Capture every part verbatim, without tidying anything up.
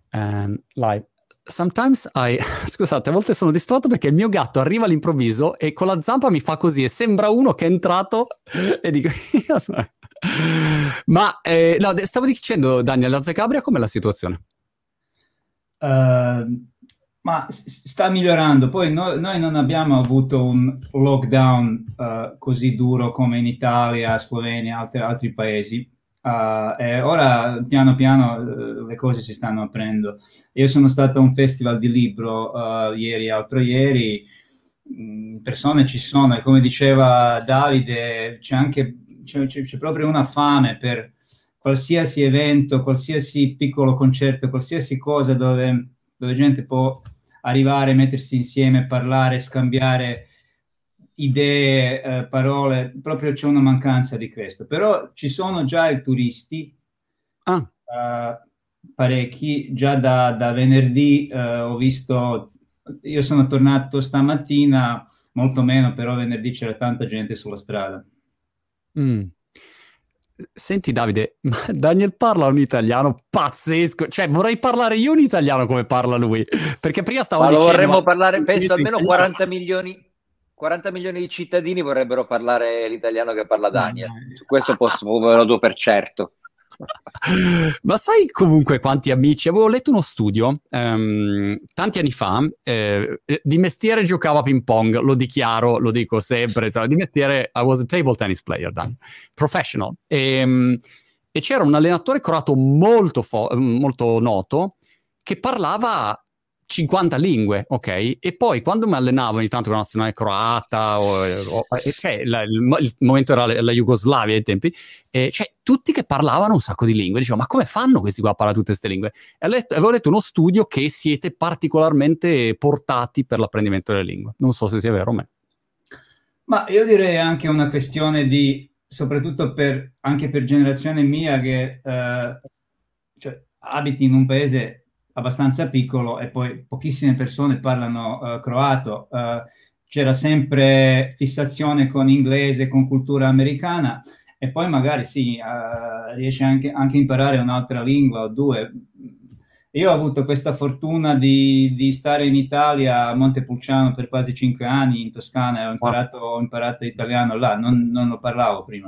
And live. Sometimes I... Scusate, a volte sono distratto perché il mio gatto arriva all'improvviso e con la zampa mi fa così e sembra uno che è entrato e dico... Ma eh, no, stavo dicendo, Daniel, a Zagabria com'è la situazione? Uh, ma sta migliorando. Poi no, noi non abbiamo avuto un lockdown uh, così duro come in Italia, Slovenia, altri, altri paesi. Uh, e ora piano piano uh, le cose si stanno aprendo. Io sono stato a un festival di libro uh, ieri e altro ieri, mh, persone ci sono e come diceva Davide c'è anche c'è, c'è proprio una fame per qualsiasi evento, qualsiasi piccolo concerto, qualsiasi cosa dove, dove gente può arrivare, mettersi insieme, parlare, scambiare idee, eh, parole, proprio c'è una mancanza di questo. Però ci sono già i turisti, ah. uh, parecchi, già da, da venerdì uh, ho visto, io sono tornato stamattina, molto meno, però venerdì c'era tanta gente sulla strada. Mm. Senti Davide, Daniel parla un italiano pazzesco, cioè vorrei parlare io un italiano come parla lui, perché prima stavo ma lo dicendo... vorremmo parlare, penso almeno quaranta milioni, quaranta milioni di cittadini vorrebbero parlare l'italiano che parla Daniel, su questo posso, ve lo do per certo. Ma sai comunque quanti amici? Avevo letto uno studio um, tanti anni fa, eh, di mestiere giocavo a ping pong, lo dichiaro, lo dico sempre, cioè, di mestiere I was a table tennis player, Dan, professional, e, um, e c'era un allenatore croato molto, molto noto che parlava cinquanta lingue, ok? E poi quando mi allenavo ogni tanto con la nazionale croata, o, o, cioè, la, il, il momento era la, la Jugoslavia ai tempi, eh, cioè tutti che parlavano un sacco di lingue. Dicevo, ma come fanno questi qua a parlare tutte queste lingue? E letto, avevo letto uno studio che siete particolarmente portati per l'apprendimento delle lingue. Non so se sia vero o meno. Ma io direi anche una questione di, soprattutto per, anche per generazione mia che eh, cioè, abiti in un paese abbastanza piccolo e poi pochissime persone parlano uh, croato, uh, c'era sempre fissazione con inglese, con cultura americana e poi magari sì, uh, riesce anche, anche a imparare un'altra lingua o due. Io ho avuto questa fortuna di, di stare in Italia, a Montepulciano per quasi cinque anni, in Toscana, e ho imparato, ho imparato italiano là, non, non lo parlavo prima.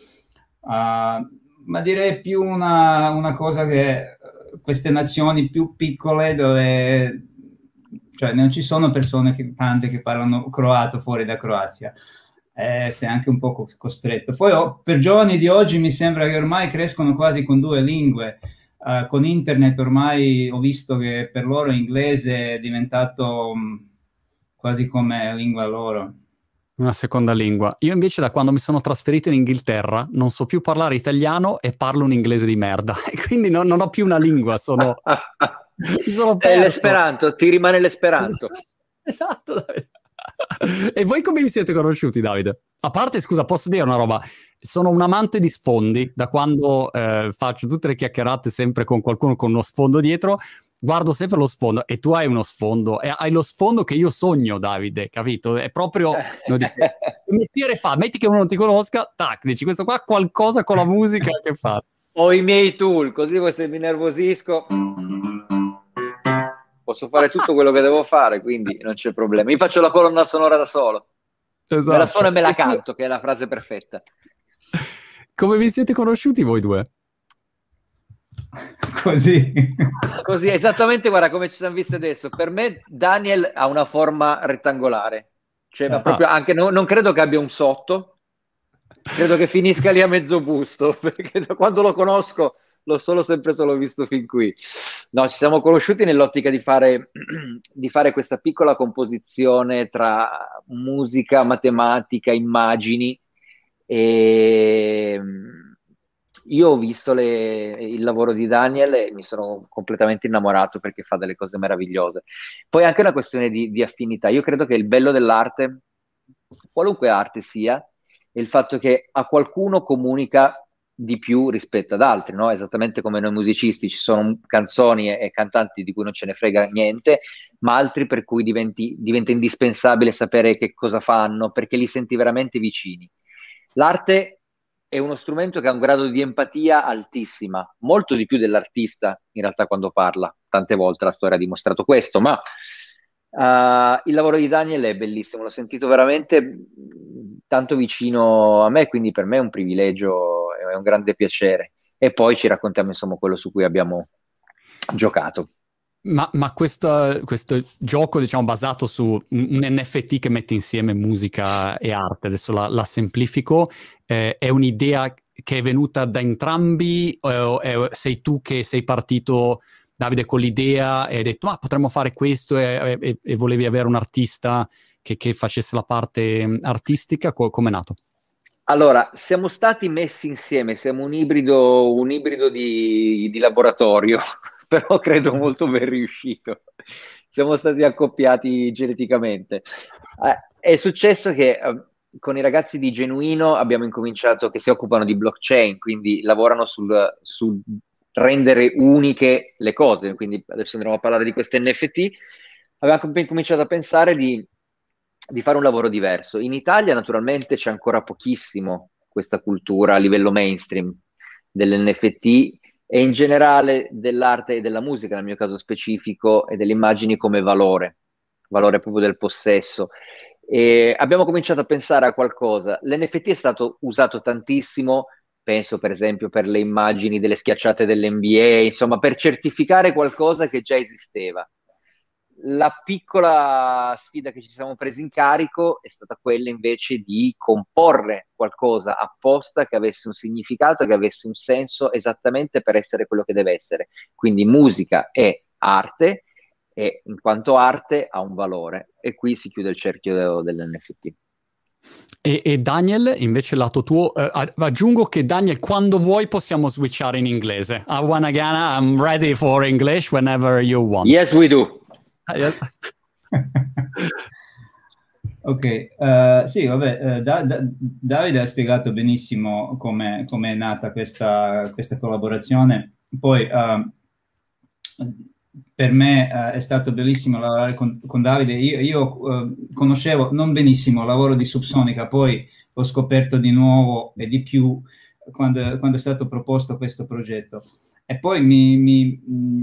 Uh, ma direi più una, una cosa che queste nazioni più piccole dove cioè, non ci sono persone che, tante che parlano croato fuori da Croazia, eh, sei anche un po' costretto. Poi oh, per giovani di oggi mi sembra che ormai crescono quasi con due lingue, uh, con internet ormai ho visto che per loro inglese è diventato um, quasi come lingua loro. Una seconda lingua. Io invece da quando mi sono trasferito in Inghilterra non so più parlare italiano e parlo un inglese di merda. E quindi non, non ho più una lingua, sono... mi sono perso. È l'esperanto, ti rimane l'esperanto. Esatto, Davide. E voi come vi siete conosciuti, Davide? A parte, scusa, posso dire una roba? Sono un amante di sfondi, da quando eh, faccio tutte le chiacchierate sempre con qualcuno con uno sfondo dietro, guardo sempre lo sfondo e tu hai uno sfondo e hai lo sfondo che io sogno, Davide, capito? È proprio no, dici, che mestiere fa? Metti che uno non ti conosca, tac, dici questo qua ha qualcosa con la musica che fa. Ho i miei tool, così se mi nervosisco posso fare tutto quello che devo fare, quindi non c'è problema. Io faccio la colonna sonora da solo. Esatto. Me la suono e me la canto, che è la frase perfetta. Come vi siete conosciuti voi due? Così. Così, esattamente, guarda come ci siamo visti adesso. Per me Daniel ha una forma rettangolare, cioè ah. proprio anche no, non credo che abbia un sotto, credo che finisca lì a mezzo busto, perché da quando lo conosco l'ho solo sempre solo visto fin qui. No, ci siamo conosciuti nell'ottica di fare, di fare questa piccola composizione tra musica, matematica, immagini e... Io ho visto le, il lavoro di Daniel e mi sono completamente innamorato perché fa delle cose meravigliose. Poi anche una questione di, di affinità. Io credo che il bello dell'arte, qualunque arte sia, è il fatto che a qualcuno comunica di più rispetto ad altri, no? Esattamente come noi musicisti, ci sono canzoni e, e cantanti di cui non ce ne frega niente, ma altri per cui diventi, diventa indispensabile sapere che cosa fanno, perché li senti veramente vicini. L'arte è uno strumento che ha un grado di empatia altissima, molto di più dell'artista in realtà quando parla, tante volte la storia ha dimostrato questo, ma uh, il lavoro di Daniel è bellissimo, l'ho sentito veramente tanto vicino a me, quindi per me è un privilegio, è un grande piacere. E poi ci raccontiamo insomma quello su cui abbiamo giocato. Ma, ma questo, questo gioco, diciamo, basato su un, un N F T che mette insieme musica e arte, adesso la, la semplifico, eh, è un'idea che è venuta da entrambi, o eh, sei tu che sei partito, Davide, con l'idea e hai detto ma potremmo fare questo e, e, e volevi avere un artista che, che facesse la parte artistica? Co- come è nato? Allora, siamo stati messi insieme, siamo un ibrido, un ibrido di, di laboratorio, però credo molto ben riuscito. Siamo stati accoppiati geneticamente. Eh, è successo che eh, con i ragazzi di Genuino abbiamo incominciato, che si occupano di blockchain, quindi lavorano sul, sul rendere uniche le cose, quindi adesso andremo a parlare di queste N F T. Abbiamo cominciato a pensare di di fare un lavoro diverso. In Italia naturalmente c'è ancora pochissimo questa cultura a livello mainstream dell'N F T e in generale dell'arte e della musica, nel mio caso specifico, e delle immagini come valore, valore proprio del possesso. E abbiamo cominciato a pensare a qualcosa. L'N F T è stato usato tantissimo, penso per esempio per le immagini delle schiacciate dell'N B A, insomma per certificare qualcosa che già esisteva. La piccola sfida che ci siamo presi in carico è stata quella invece di comporre qualcosa apposta che avesse un significato, che avesse un senso esattamente per essere quello che deve essere. Quindi musica è arte e in quanto arte ha un valore. E qui si chiude il cerchio dell'N F T. E, e Daniel, invece lato tuo, eh, aggiungo che Daniel, quando vuoi possiamo switchare in inglese. I wanna gana, I'm ready for English whenever you want. Yes, we do. Yes. Ok, uh, sì, vabbè, uh, da, da, Davide ha spiegato benissimo come è nata questa, questa collaborazione. Poi uh, per me uh, è stato bellissimo lavorare con, con Davide. Io, io uh, conoscevo non benissimo il lavoro di Subsonica, poi l'ho scoperto di nuovo e di più quando, quando è stato proposto questo progetto. E poi mi, mi,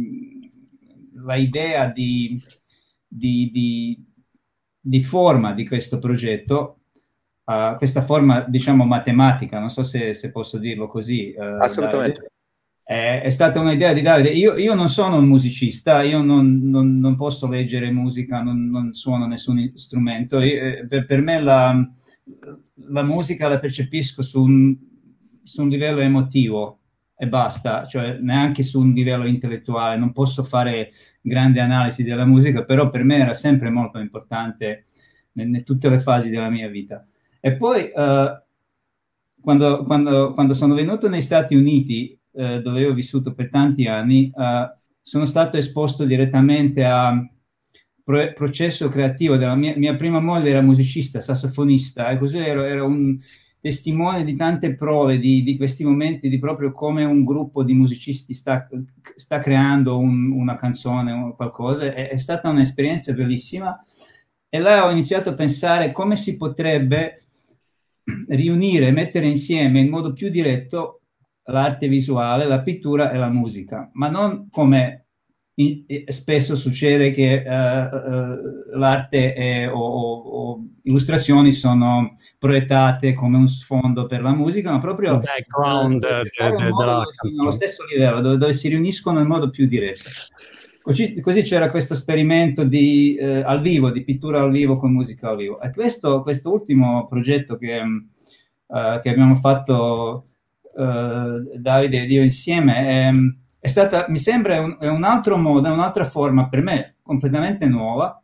mh, la idea di... Di, di, di forma di questo progetto, uh, questa forma diciamo matematica, non so se, se posso dirlo così. Uh, Assolutamente. È, è stata un'idea di Davide. Io, io non sono un musicista, io non, non, non posso leggere musica, non, non suono nessun strumento. Io, per, per me la, la musica la percepisco su un, su un livello emotivo e basta, cioè neanche su un livello intellettuale. Non posso fare grande analisi della musica, però per me era sempre molto importante in tutte le fasi della mia vita. E poi uh, quando, quando, quando sono venuto negli Stati Uniti, uh, dove ho vissuto per tanti anni, uh, sono stato esposto direttamente a pro- processo creativo della mia, mia prima moglie era musicista, sassofonista, e così ero, ero un testimone di tante prove di, di questi momenti, di proprio come un gruppo di musicisti sta, sta creando un, una canzone o qualcosa. È, è stata un'esperienza bellissima e là ho iniziato a pensare come si potrebbe riunire, mettere insieme in modo più diretto l'arte visuale, la pittura e la musica, ma non come in, spesso succede che uh, uh, l'arte è, o, o illustrazioni sono proiettate come un sfondo per la musica, ma proprio background uh, de, de, della canzone, allo stesso livello, dove, dove si riuniscono in modo più diretto. Così, così c'era questo esperimento di, eh, al vivo, di pittura al vivo con musica al vivo. E questo, questo ultimo progetto che, uh, che abbiamo fatto uh, Davide ed io insieme è, è stata, mi sembra, un, è un altro modo, è un'altra forma per me completamente nuova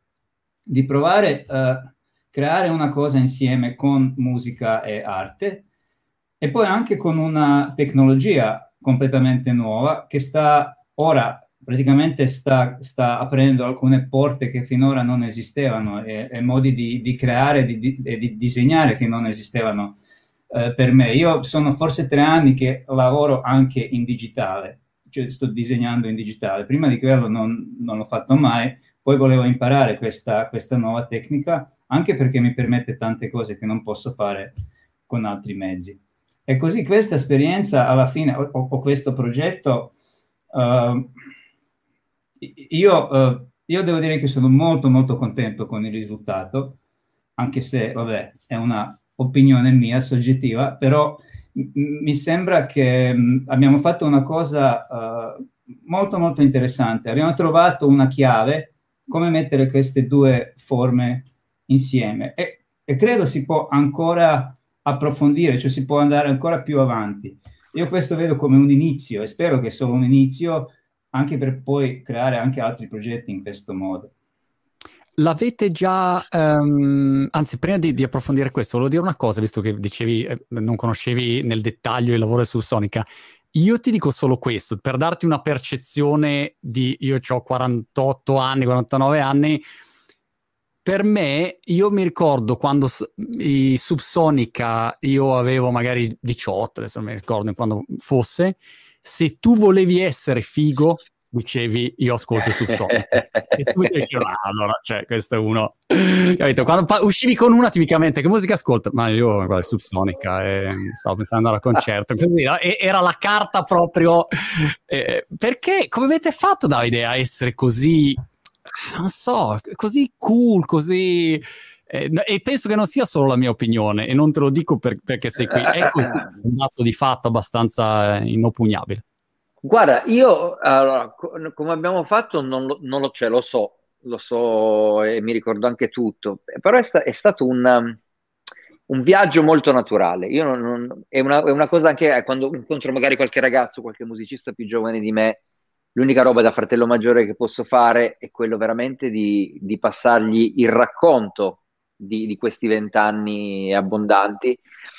di provare a creare una cosa insieme con musica e arte e poi anche con una tecnologia completamente nuova che sta ora praticamente sta, sta aprendo alcune porte che finora non esistevano e, e modi di, di creare e di, di, di disegnare che non esistevano eh, per me. Io sono forse tre anni che lavoro anche in digitale, cioè sto disegnando in digitale. Prima di quello non, non l'ho fatto mai, poi volevo imparare questa, questa nuova tecnica anche perché mi permette tante cose che non posso fare con altri mezzi. E così questa esperienza alla fine, o, o questo progetto, uh, io, eh, io devo dire che sono molto molto contento con il risultato, anche se, vabbè, è una opinione mia soggettiva, però m- mi sembra che mh, abbiamo fatto una cosa eh, molto molto interessante. Abbiamo trovato una chiave come mettere queste due forme insieme e, e credo si può ancora approfondire, cioè si può andare ancora più avanti. Io questo vedo come un inizio e spero che sia solo un inizio anche per poi creare anche altri progetti in questo modo. L'avete già, ehm, anzi, prima di, di approfondire questo, volevo dire una cosa, visto che dicevi eh, non conoscevi nel dettaglio il lavoro di Subsonica. Io ti dico solo questo, per darti una percezione di, io ho quarantotto anni, quarantanove anni, per me, io mi ricordo quando i Subsonica, io avevo magari diciotto, adesso non mi ricordo quando fosse, se tu volevi essere figo, dicevi io ascolto Subsonica. E subito dicevo, ah, allora, cioè, questo è uno... Capito? Quando pa- uscivi con una, tipicamente, che musica ascolto? Ma io, guarda, Subsonica, e stavo pensando ad andare al concerto, così, no? E era la carta proprio... Eh, perché, come avete fatto, Davide, a essere così... non so, così cool, così... Eh, e penso che non sia solo la mia opinione, e non te lo dico per, perché sei qui, è così, un dato di fatto abbastanza inoppugnabile. Guarda, io allora, co- come abbiamo fatto non lo, non lo c'è, lo so, lo so e mi ricordo anche tutto, però è, sta- è stato un, um, un viaggio molto naturale. Io non, non- è una, è una cosa anche eh, quando incontro magari qualche ragazzo, qualche musicista più giovane di me, l'unica roba da fratello maggiore che posso fare è quello veramente di, di passargli il racconto di, di questi vent'anni abbondanti,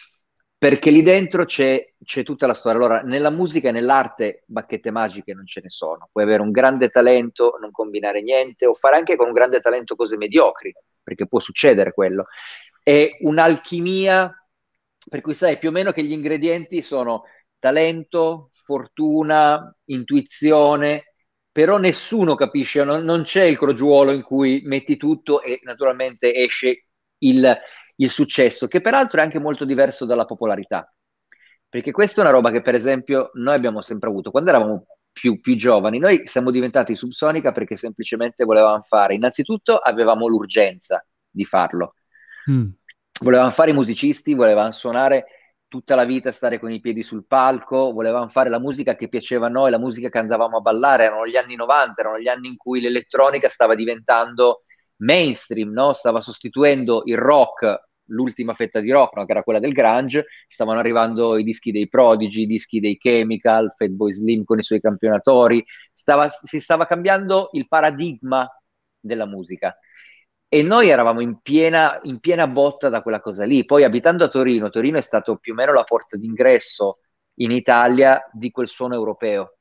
perché lì dentro c'è c'è tutta la storia. Allora, nella musica e nell'arte bacchette magiche non ce ne sono. Puoi avere un grande talento, non combinare niente, o fare anche con un grande talento cose mediocri, perché può succedere quello. È un'alchimia, per cui sai più o meno che gli ingredienti sono talento, fortuna, intuizione, però nessuno capisce, non, non c'è il crogiuolo in cui metti tutto e naturalmente esce il, il successo, che peraltro è anche molto diverso dalla popolarità. Perché questa è una roba che, per esempio, noi abbiamo sempre avuto. Quando eravamo più, più giovani, noi siamo diventati Subsonica perché semplicemente volevamo fare. Innanzitutto avevamo l'urgenza di farlo. Mm. Volevamo fare i musicisti, volevamo suonare tutta la vita, stare con i piedi sul palco, volevamo fare la musica che piaceva a noi, la musica che andavamo a ballare. Erano gli anni novanta, erano gli anni in cui l'elettronica stava diventando mainstream, no? Stava sostituendo il rock, l'ultima fetta di rock, no? Che era quella del grunge. Stavano arrivando i dischi dei Prodigy, i dischi dei Chemical, Fatboy Slim con i suoi campionatori. Stava, si stava cambiando il paradigma della musica. E noi eravamo in piena, in piena botta da quella cosa lì. Poi abitando a Torino, Torino è stato più o meno la porta d'ingresso in Italia di quel suono europeo.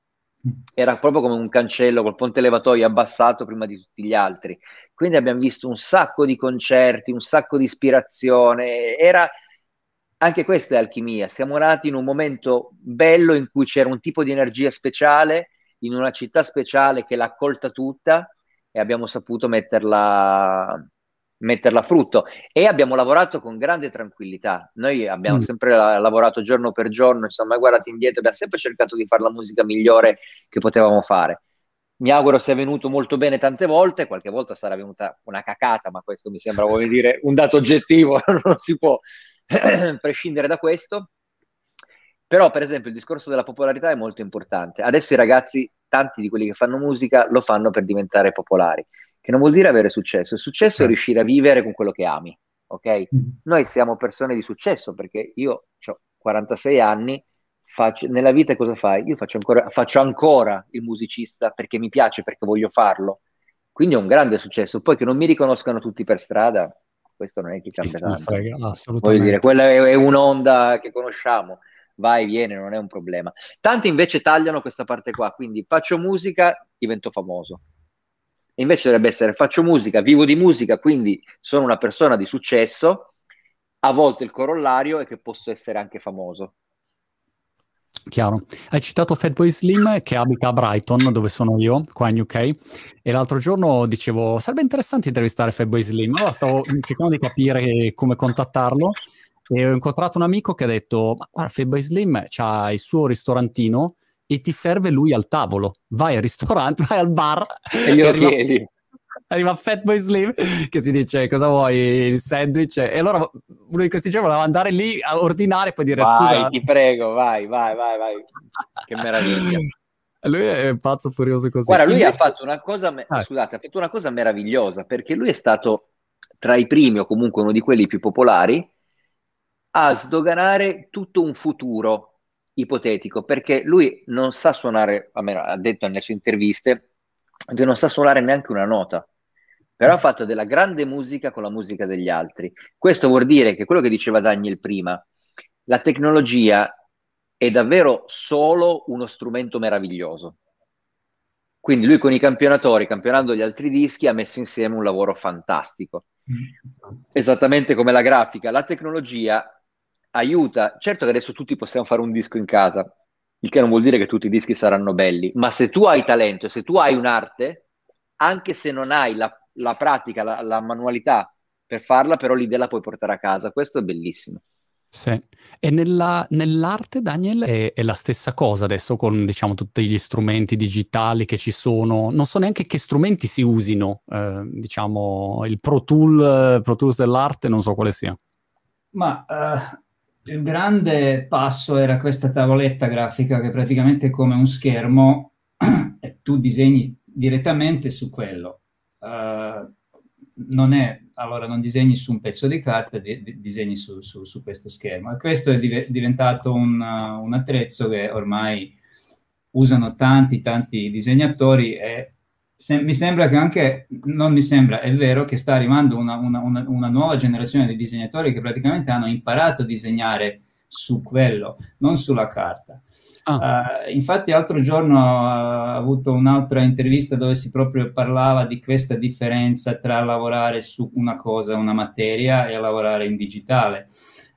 Era proprio come un cancello col ponte levatoio abbassato prima di tutti gli altri. Quindi abbiamo visto un sacco di concerti, un sacco di ispirazione. Era anche questa è alchimia. Siamo nati in un momento bello in cui c'era un tipo di energia speciale in una città speciale che l'ha accolta tutta e abbiamo saputo metterla, metterla a frutto. E abbiamo lavorato con grande tranquillità. Noi abbiamo Mm. sempre la- lavorato giorno per giorno, insomma, mai guardati indietro, abbiamo sempre cercato di fare la musica migliore che potevamo fare. Mi auguro sia venuto molto bene tante volte, qualche volta sarà venuta una cacata, ma questo mi sembra, vuol dire, un dato oggettivo, non si può prescindere da questo. Però, per esempio, il discorso della popolarità è molto importante. Adesso i ragazzi, tanti di quelli che fanno musica, lo fanno per diventare popolari, che non vuol dire avere successo. Il successo è riuscire a vivere con quello che ami, ok? Noi siamo persone di successo perché io ho quarantasei anni, faccio, nella vita cosa fai? Io faccio ancora, faccio ancora il musicista perché mi piace, perché voglio farlo. Quindi è un grande successo. Poi che non mi riconoscano tutti per strada, questo non è che Chi cambia se ne tanto. frega, Voglio dire, assolutamente. quella è, è un'onda che conosciamo, vai e viene, non è un problema. Tanti invece tagliano questa parte qua, quindi faccio musica, divento famoso. E invece dovrebbe essere faccio musica, vivo di musica, quindi sono una persona di successo, a volte il corollario è che posso essere anche famoso. Chiaro. Hai citato Fatboy Slim che abita a Brighton, dove sono io, qua in U K, e l'altro giorno dicevo sarebbe interessante intervistare Fatboy Slim. Allora stavo cercando di capire come contattarlo e ho incontrato un amico che ha detto ma guarda, Fatboy Slim c'ha il suo ristorantino e ti serve lui al tavolo. Vai al ristorante, vai al bar e glielo arriva, chiedi. Arriva Fatboy Slim che ti dice cosa vuoi, il sandwich, e allora uno di questi giorni voleva andare lì a ordinare e poi dire vai, scusa. Ti prego, vai, vai, vai, vai. Che meraviglia. Lui è pazzo furioso così. Guarda, lui Invece... ha fatto una cosa, me- ah. scusate, ha fatto una cosa meravigliosa, perché lui è stato tra i primi o comunque uno di quelli più popolari a sdoganare tutto un futuro ipotetico, perché lui non sa suonare, almeno ha detto nelle sue interviste, che non sa suonare neanche una nota, però ha fatto della grande musica con la musica degli altri. Questo vuol dire che quello che diceva Daniel prima, la tecnologia è davvero solo uno strumento meraviglioso. Quindi lui con i campionatori, campionando gli altri dischi, ha messo insieme un lavoro fantastico. Esattamente come la grafica. La tecnologia aiuta. Certo che adesso tutti possiamo fare un disco in casa, il che non vuol dire che tutti i dischi saranno belli, ma se tu hai talento, se tu hai un'arte, anche se non hai la, la pratica, la, la manualità per farla, però l'idea la puoi portare a casa. Questo è bellissimo. Sì. E nella, nell'arte, Daniel, è, è la stessa cosa adesso con, diciamo, tutti gli strumenti digitali che ci sono. Non so neanche che strumenti si usino, eh, diciamo, il Pro Tool, Pro Tools dell'arte, non so quale sia. Ma uh, il grande passo era questa tavoletta grafica che praticamente è come un schermo e tu disegni direttamente su quello. Uh, non è, allora non disegni su un pezzo di carta, di, di, disegni su, su, su questo schermo. E questo è div- diventato un, uh, un attrezzo che ormai usano tanti, tanti disegnatori e se, mi sembra che anche, non mi sembra, è vero che sta arrivando una, una, una, una nuova generazione di disegnatori che praticamente hanno imparato a disegnare su quello, non sulla carta. Ah. Uh, infatti l'altro giorno ho avuto un'altra intervista dove si proprio parlava di questa differenza tra lavorare su una cosa, una materia, e lavorare in digitale.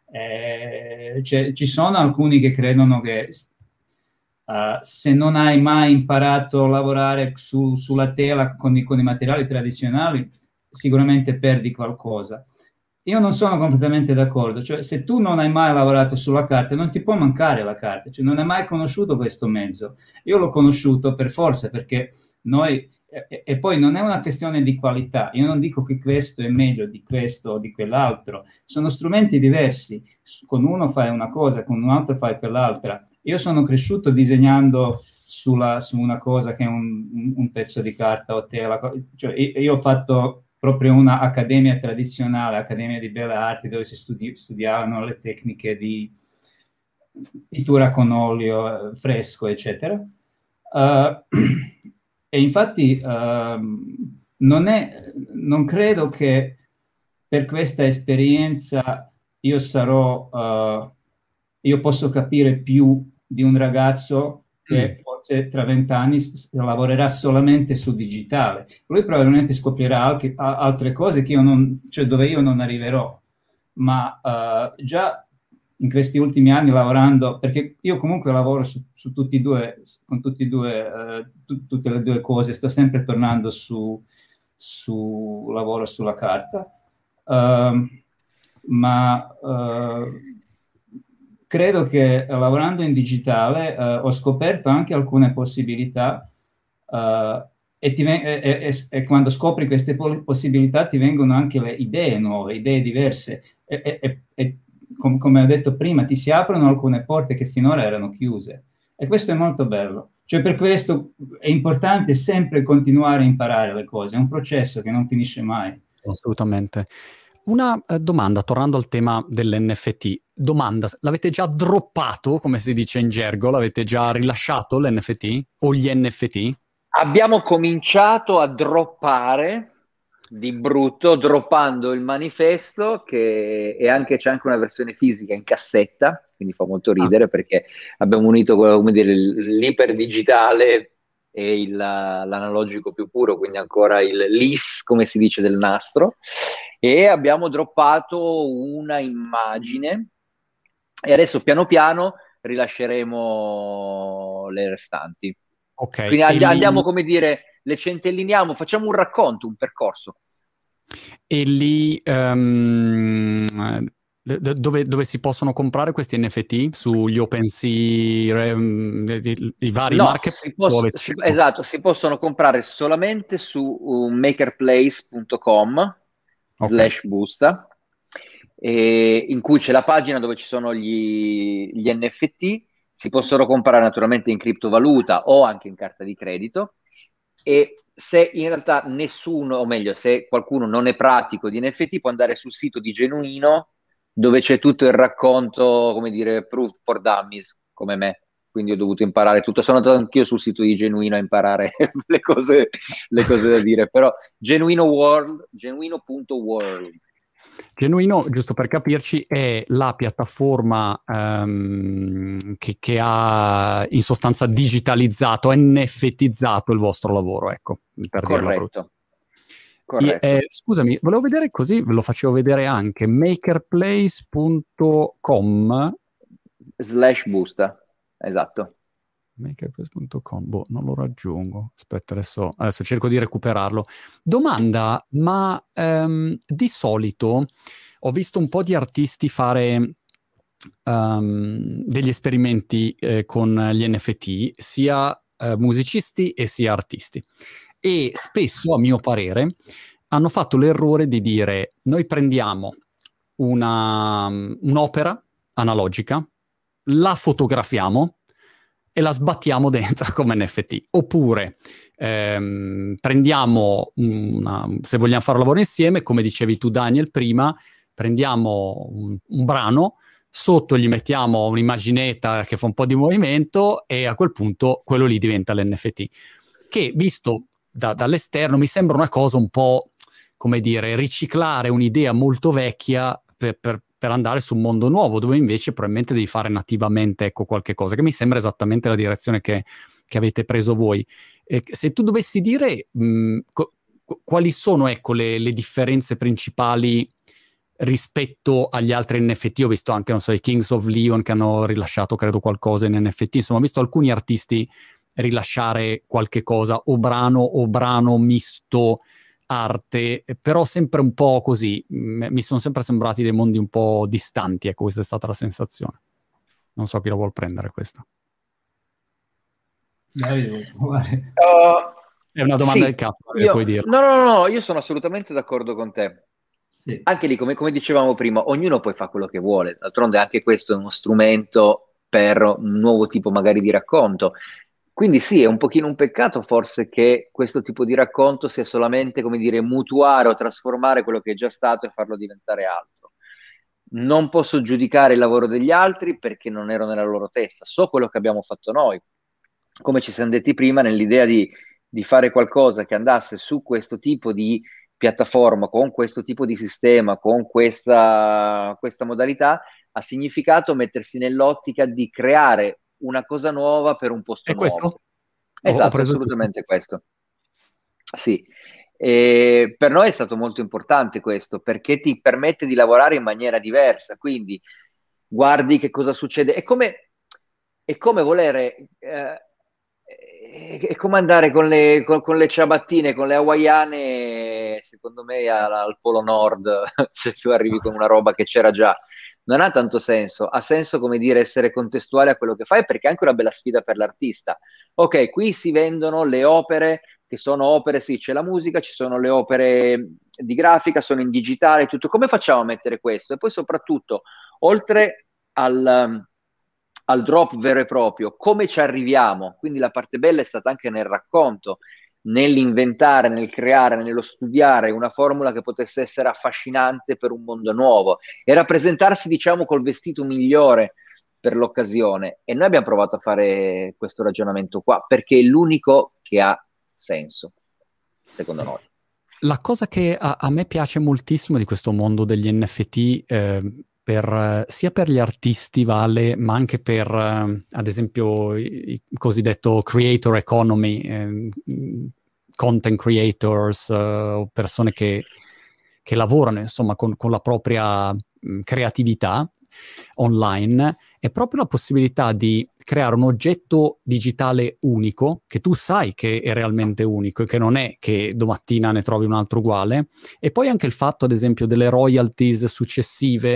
Eh, cioè, ci sono alcuni che credono che uh, se non hai mai imparato a lavorare su, sulla tela con i, con i materiali tradizionali, sicuramente perdi qualcosa. Io non sono completamente d'accordo, cioè se tu non hai mai lavorato sulla carta non ti può mancare la carta, cioè non hai mai conosciuto questo mezzo. Io l'ho conosciuto per forza perché noi, e, e poi non è una questione di qualità, io non dico che questo è meglio di questo o di quell'altro, sono strumenti diversi, con uno fai una cosa, con un altro fai quell'altra. Io sono cresciuto disegnando sulla, su una cosa che è un, un, un pezzo di carta o tela, cioè io ho fatto proprio una accademia tradizionale, accademia di belle arti, dove si studi- studiavano le tecniche di pittura con olio fresco, eccetera. Uh, e infatti uh, non, è, non credo che per questa esperienza io sarò, uh, io posso capire più di un ragazzo che forse tra vent'anni lavorerà solamente su digitale. Lui probabilmente scoprirà altre, altre cose che io non, cioè dove io non arriverò, ma uh, già in questi ultimi anni lavorando, perché io comunque lavoro su, su tutti e due, con tutti e due, uh, tu, tutte le due cose, sto sempre tornando su, su lavoro sulla carta, uh, ma uh, credo che uh, lavorando in digitale uh, ho scoperto anche alcune possibilità uh, e, ti ven- e, e, e quando scopri queste po- possibilità ti vengono anche le idee nuove, idee diverse e, e, e com- come ho detto prima ti si aprono alcune porte che finora erano chiuse e questo è molto bello. Cioè per questo è importante sempre continuare a imparare le cose, è un processo che non finisce mai. Assolutamente. Una eh, domanda, tornando al tema dell'N F T. Domanda, l'avete già droppato, come si dice in gergo? L'avete già rilasciato l'N F T? O gli N F T? Abbiamo cominciato a droppare di brutto, droppando il manifesto, che è anche, c'è anche una versione fisica in cassetta, quindi fa molto ridere ah. perché abbiamo unito, come dire, l'iperdigitale e il, l'analogico più puro, quindi ancora il l'I S, come si dice, del nastro, e abbiamo droppato una immagine e adesso piano piano rilasceremo le restanti. Ok. Quindi and- lì... andiamo, come dire, le centelliniamo, facciamo un racconto, un percorso. E lì um, Dove, dove si possono comprare questi N F T? Sugli OpenSea, um, i, i vari no, marketplace? Si posso, si, esatto, si possono comprare solamente su uh, makerplace punto com okay. slash busta, eh, in cui c'è la pagina dove ci sono gli, gli N F T. Si possono comprare naturalmente in criptovaluta o anche in carta di credito, e se in realtà nessuno, o meglio, se qualcuno non è pratico di N F T, può andare sul sito di Genuino, dove c'è tutto il racconto, come dire, proof for dummies, come me. Quindi ho dovuto imparare tutto. Sono andato anch'io sul sito di Genuino a imparare le cose, le cose da dire, però Genuino World, genuino punto world. Genuino, giusto per capirci, è la piattaforma um, che, che ha in sostanza digitalizzato, N F Tizzato il vostro lavoro, ecco. Per Corretto. Corretto. E, eh, scusami, volevo vedere così, ve lo facevo vedere anche, makerplace punto com slash busta, esatto. makerplace punto com, boh, non lo raggiungo. Aspetta, adesso, adesso cerco di recuperarlo. Domanda, ma um, di solito ho visto un po' di artisti fare um, degli esperimenti eh, con gli N F T, sia eh, musicisti e sia artisti. E spesso, a mio parere, hanno fatto l'errore di dire: noi prendiamo una, un'opera analogica, la fotografiamo e la sbattiamo dentro come N F T. Oppure ehm, prendiamo, una, se vogliamo fare un lavoro insieme, come dicevi tu Daniel prima, prendiamo un, un brano, sotto gli mettiamo un'immaginetta che fa un po' di movimento e a quel punto quello lì diventa l'N F T. Che visto da, dall'esterno mi sembra una cosa un po', come dire, riciclare un'idea molto vecchia per, per, per andare su un mondo nuovo, dove invece probabilmente devi fare nativamente, ecco, qualche cosa, che mi sembra esattamente la direzione che, che avete preso voi. E se tu dovessi dire mh, co- quali sono, ecco, le, le differenze principali rispetto agli altri N F T, ho visto anche, non so, i Kings of Leon che hanno rilasciato, credo, qualcosa in N F T, insomma, ho visto alcuni artisti rilasciare qualche cosa, o brano o brano misto arte, però sempre un po' così, mi sono sempre sembrati dei mondi un po' distanti, ecco, questa è stata la sensazione. Non so chi la vuol prendere questa. Davide, uh, è una domanda sì, del capo, io, puoi dirlo. No, no, no, io sono assolutamente d'accordo con te. Sì. Anche lì, come, come dicevamo prima, ognuno poi fa quello che vuole. D'altronde anche questo è uno strumento per un nuovo tipo magari di racconto. Quindi sì, è un pochino un peccato forse che questo tipo di racconto sia solamente, come dire, mutuare o trasformare quello che è già stato e farlo diventare altro. Non posso giudicare il lavoro degli altri perché non ero nella loro testa. So quello che abbiamo fatto noi. Come ci siamo detti prima, nell'idea di, di fare qualcosa che andasse su questo tipo di piattaforma, con questo tipo di sistema, con questa, questa modalità, ha significato mettersi nell'ottica di creare una cosa nuova per un posto è nuovo. Questo? Esatto, assolutamente questo. Sì, e per noi è stato molto importante questo, perché ti permette di lavorare in maniera diversa, quindi guardi che cosa succede. È come, è come volere... Eh, è come andare con le, con, con le ciabattine, con le hawaiane, secondo me, al, al Polo Nord, se tu arrivi con una roba che c'era già. Non ha tanto senso, ha senso, come dire, essere contestuale a quello che fai, perché è anche una bella sfida per l'artista. Ok, qui si vendono le opere, che sono opere, sì, c'è la musica, ci sono le opere di grafica, sono in digitale, tutto. Come facciamo a mettere questo? E poi soprattutto, oltre al... al drop vero e proprio, come ci arriviamo? Quindi la parte bella è stata anche nel racconto, nell'inventare, nel creare, nello studiare una formula che potesse essere affascinante per un mondo nuovo e rappresentarsi, diciamo, col vestito migliore per l'occasione. E noi abbiamo provato a fare questo ragionamento qua, perché è l'unico che ha senso, secondo noi. La cosa che a, a me piace moltissimo di questo mondo degli N F T, eh, Per, sia per gli artisti vale, ma anche per, uh, ad esempio, il cosiddetto creator economy, eh, content creators, uh, persone che, che lavorano, insomma, con, con la propria mh, creatività online, è proprio la possibilità di creare un oggetto digitale unico, che tu sai che è realmente unico e che non è che domattina ne trovi un altro uguale, e poi anche il fatto, ad esempio, delle royalties successive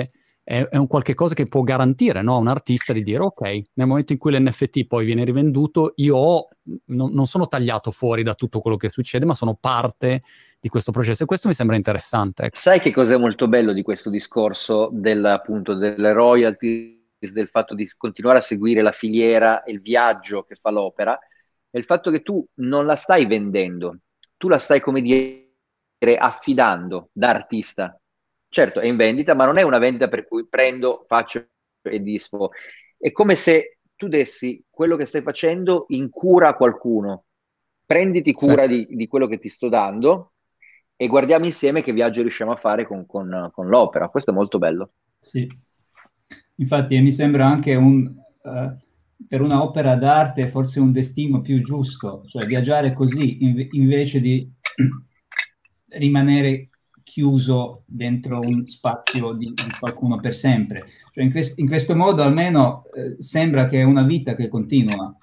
è, è un qualche cosa che può garantire, no, a un artista di dire ok, nel momento in cui l'N F T poi viene rivenduto, io ho, non, non sono tagliato fuori da tutto quello che succede, ma sono parte di questo processo, e questo mi sembra interessante. Ecco. Sai che cos'è molto bello di questo discorso del, appunto, delle royalties, del fatto di continuare a seguire la filiera e il viaggio che fa l'opera? È il fatto che tu non la stai vendendo, tu la stai, come dire, affidando da artista. Certo, è in vendita, ma non è una vendita per cui prendo, faccio e dispo. È come se tu dessi quello che stai facendo in cura a qualcuno. Prenditi cura Sì. di, di quello che ti sto dando e guardiamo insieme che viaggio riusciamo a fare con, con, con l'opera. Questo è molto bello. Sì, infatti mi sembra anche un, uh, per un'opera d'arte forse un destino più giusto, cioè viaggiare così in, invece di rimanere chiuso dentro un spazio di, di qualcuno per sempre. Cioè in, quest, in questo modo almeno eh, sembra che è una vita che continua.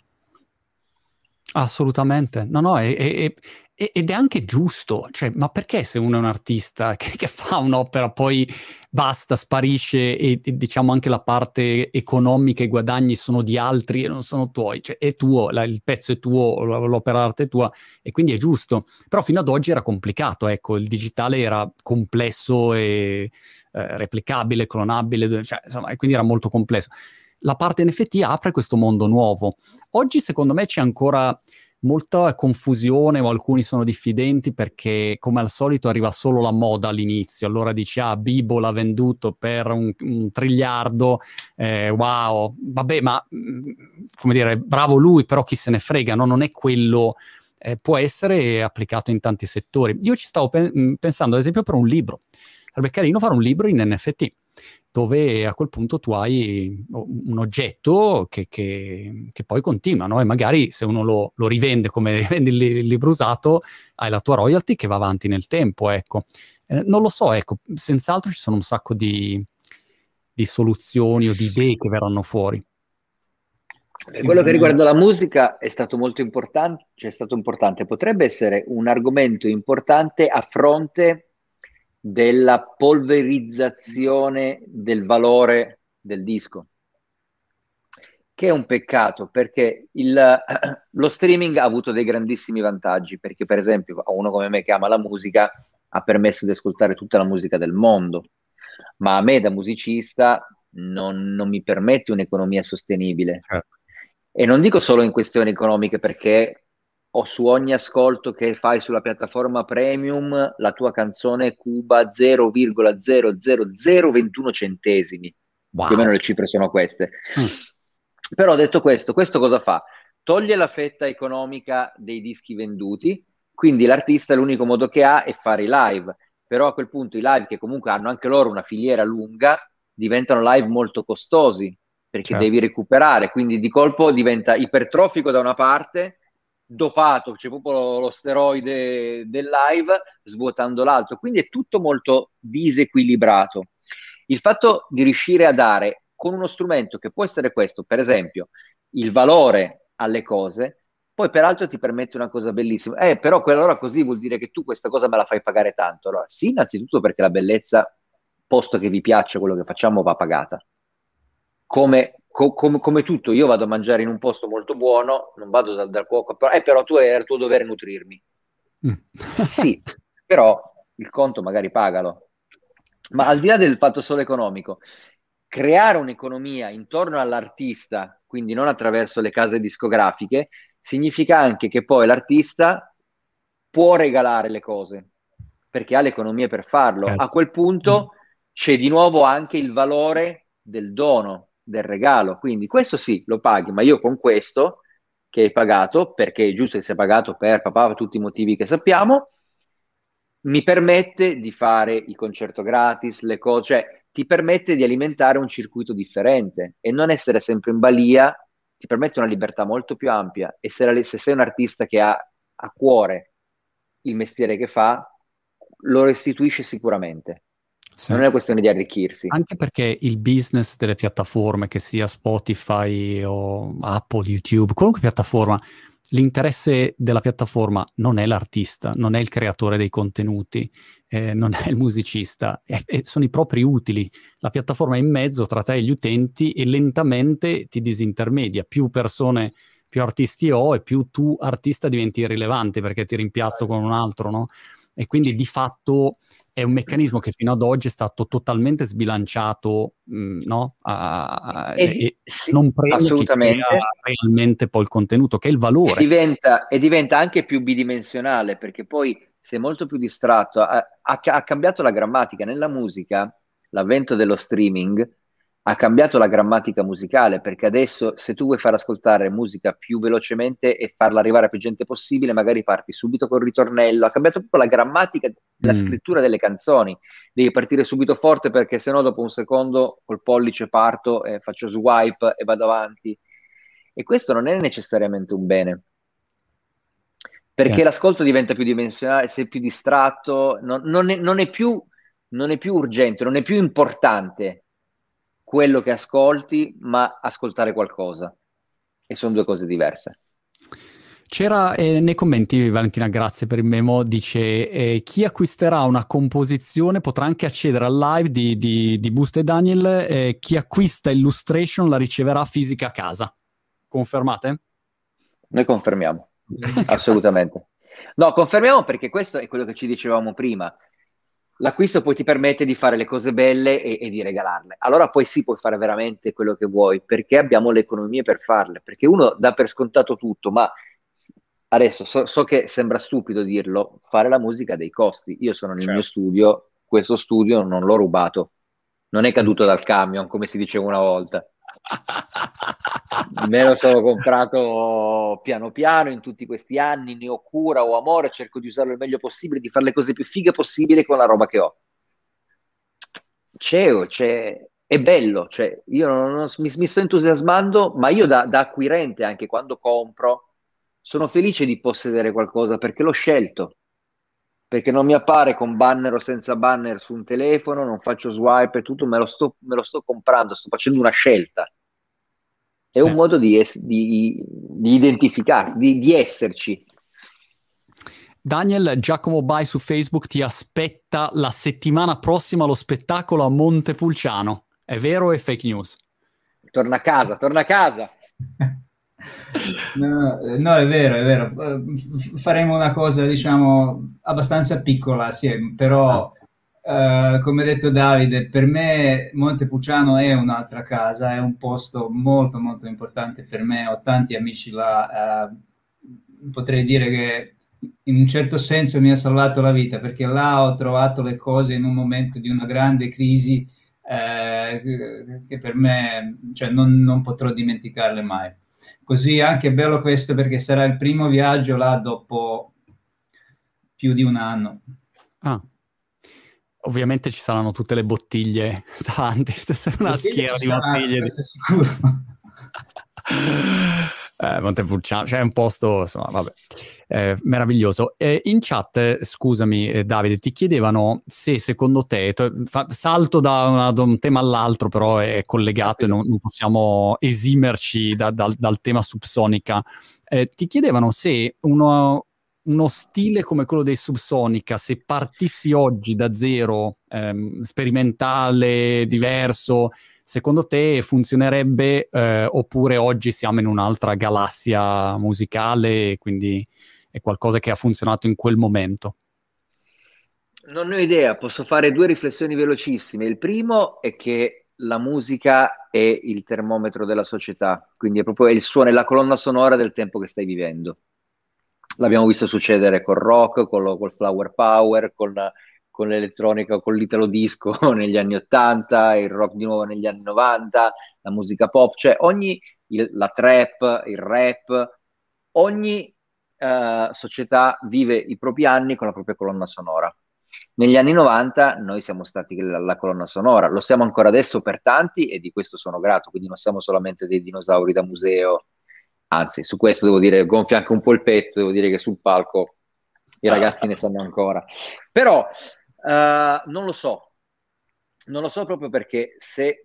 Assolutamente, no, no, è, è, è, ed è anche giusto, cioè, ma perché se uno è un artista che, che fa un'opera poi basta, sparisce e, e diciamo anche la parte economica, i guadagni sono di altri e non sono tuoi, cioè è tuo, la, il pezzo è tuo, l'opera d'arte è tua e quindi è giusto, però fino ad oggi era complicato, ecco, il digitale era complesso e eh, replicabile, clonabile, cioè, insomma, e quindi era molto complesso. La parte N F T apre questo mondo nuovo. Oggi secondo me c'è ancora molta confusione o alcuni sono diffidenti perché come al solito arriva solo la moda all'inizio, allora dici ah Bibo l'ha venduto per un, un triliardo, eh, wow, vabbè ma come dire bravo lui, però chi se ne frega, no? Non è quello, eh, può essere applicato in tanti settori. Io ci stavo pe- pensando ad esempio per un libro, sarebbe carino fare un libro in N F T dove a quel punto tu hai un oggetto che, che, che poi continua, no? E magari se uno lo, lo rivende come rivendi il, il libro usato, hai la tua royalty che va avanti nel tempo, ecco. Eh, non lo so, ecco, senz'altro ci sono un sacco di, di soluzioni o di idee che verranno fuori. Per quello che riguarda la musica è stato molto importante, cioè è stato importante, potrebbe essere un argomento importante a fronte della polverizzazione del valore del disco, che è un peccato perché il, lo streaming ha avuto dei grandissimi vantaggi, perché per esempio a uno come me che ama la musica ha permesso di ascoltare tutta la musica del mondo, ma a me da musicista non, non mi permette un'economia sostenibile. Certo. E non dico solo in questioni economiche, perché o su ogni ascolto che fai sulla piattaforma premium la tua canzone cuba zero virgola zero zero zero ventuno centesimi. Wow. Più o meno le cifre sono queste. Mm. Però detto questo, questo cosa fa? Toglie la fetta economica dei dischi venduti, quindi l'artista l'unico modo che ha è fare i live, però a quel punto i live, che comunque hanno anche loro una filiera lunga, diventano live molto costosi, perché certo. devi recuperare, quindi di colpo diventa ipertrofico da una parte, dopato, c'è proprio lo, lo steroide del live, svuotando l'altro, quindi è tutto molto disequilibrato. Il fatto di riuscire a dare con uno strumento che può essere questo, per esempio, il valore alle cose, poi peraltro ti permette una cosa bellissima, eh, però allora così vuol dire che tu questa cosa me la fai pagare tanto. Allora sì, innanzitutto perché la bellezza, posto che vi piaccia quello che facciamo, va pagata. Come, co- com- come tutto, io vado a mangiare in un posto molto buono, non vado dal, dal cuoco, però, eh, però tu è il tuo dovere nutrirmi. Mm. Sì, però il conto magari pagalo. Ma al di là del fatto solo economico, creare un'economia intorno all'artista, quindi non attraverso le case discografiche, significa anche che poi l'artista può regalare le cose, perché ha le economie per farlo. Certo. A quel punto c'è di nuovo anche il valore del dono, del regalo. Quindi questo sì, lo paghi, ma io con questo che hai pagato, perché è giusto che sia pagato per papà, per tutti i motivi che sappiamo, mi permette di fare il concerto gratis, le cose, cioè ti permette di alimentare un circuito differente e non essere sempre in balia, ti permette una libertà molto più ampia. E se, la, se sei un artista che ha a cuore il mestiere che fa, lo restituisce sicuramente. Sì. Non è una questione di arricchirsi. Anche perché il business delle piattaforme, che sia Spotify o Apple, YouTube, qualunque piattaforma, l'interesse della piattaforma non è l'artista, non è il creatore dei contenuti, eh, non è il musicista, è, è, sono i propri utili. La piattaforma è in mezzo tra te e gli utenti e lentamente ti disintermedia. Più persone, più artisti ho e più tu artista diventi irrilevante perché ti rimpiazzo con un altro, no? E quindi di fatto è un meccanismo che fino ad oggi è stato totalmente sbilanciato, mh, no? A, E, e sì, non premia chi assolutamente. crea realmente poi il contenuto, che è il valore. E diventa, e diventa anche più bidimensionale, perché poi sei molto più distratto. Ha, ha, ha cambiato la grammatica. Nella musica, l'avvento dello streaming ha cambiato la grammatica musicale, perché adesso se tu vuoi far ascoltare musica più velocemente e farla arrivare a più gente possibile, magari parti subito col ritornello. Ha cambiato proprio la grammatica della Mm. scrittura delle canzoni. Devi partire subito forte perché sennò dopo un secondo col pollice parto e faccio swipe e vado avanti. E questo non è necessariamente un bene, perché Sì. l'ascolto diventa più dimensionale, sei più distratto, non, non è, non è più, non è più urgente, non è più importante quello che ascolti, ma ascoltare qualcosa. E sono due cose diverse. C'era eh, nei commenti, Valentina, grazie per il memo, dice eh, chi acquisterà una composizione potrà anche accedere al live di, di, di Busta e Daniel, eh, chi acquista Illustration la riceverà fisica a casa. Confermate? Noi confermiamo, assolutamente. No, confermiamo perché questo è quello che ci dicevamo prima. L'acquisto poi ti permette di fare le cose belle e, e di regalarle. Allora poi sì, puoi fare veramente quello che vuoi, perché abbiamo le economie per farle. Perché uno dà per scontato tutto, ma adesso so, so che sembra stupido dirlo, fare la musica ha dei costi. Io sono nel mio Certo. studio, questo studio non l'ho rubato, non è caduto dal camion, come si diceva una volta. Me lo sono comprato piano piano in tutti questi anni, ne ho cura, ho amore, cerco di usarlo il meglio possibile, di fare le cose più fighe possibili con la roba che ho. C'è, c'è, è bello, cioè, io non, non- mi, mi sto entusiasmando, ma io da, da acquirente, anche quando compro, sono felice di possedere qualcosa perché l'ho scelto, perché non mi appare con banner o senza banner su un telefono, non faccio swipe e tutto, me lo sto, me lo sto comprando, sto facendo una scelta. È Sì. un modo di, es- di- di identificarsi, di, di esserci. Daniel, Giacomo Bai su Facebook ti aspetta la settimana prossima allo spettacolo a Montepulciano. È vero o è fake news? Torna a casa, torna a casa. No, eh, no, è vero, è vero. Eh, f- Faremo una cosa, diciamo, abbastanza piccola, sì, però, eh, come ha detto Davide, per me Montepulciano è un'altra casa, è un posto molto, molto importante per me. Ho tanti amici là. Eh, potrei dire che in un certo senso mi ha salvato la vita, perché là ho trovato le cose in un momento di una grande crisi, eh, che per me, cioè, non, non potrò dimenticarle mai. Così anche è bello questo perché sarà il primo viaggio là dopo più di un anno. Ah. Ovviamente ci saranno tutte le bottiglie davanti, una Bottiglie schiera ci di saranno, bottiglie. questo è sicuro. eh, Montepulciano, cioè è un posto, insomma, vabbè, eh, meraviglioso. Eh, in chat, eh, scusami eh, Davide, ti chiedevano se secondo te, to- fa- salto da, una- da un tema all'altro, però è collegato e non, non possiamo esimerci da- dal, dal tema Subsonica. Eh, ti chiedevano se uno, uno stile come quello dei Subsonica, se partissi oggi da zero, ehm, sperimentale, diverso, secondo te funzionerebbe, eh, oppure oggi siamo in un'altra galassia musicale e quindi è qualcosa che ha funzionato in quel momento? Non ne ho idea, posso fare due riflessioni velocissime. Il primo è che la musica è il termometro della società, quindi è proprio il suono, è la colonna sonora del tempo che stai vivendo. L'abbiamo visto succedere col rock, col, col flower power, con, con l'elettronica, con l'italo disco negli anni ottanta, il rock di nuovo negli anni novanta, la musica pop, cioè ogni, il- la trap, il rap, ogni eh, società vive i propri anni con la propria colonna sonora. Negli anni novanta noi siamo stati la, la colonna sonora, lo siamo ancora adesso per tanti e di questo sono grato, quindi non siamo solamente dei dinosauri da museo, anzi su questo devo dire, gonfia anche un po' il petto, devo dire che sul palco i ragazzi ne sanno ancora. Però eh, non lo so, non lo so proprio perché se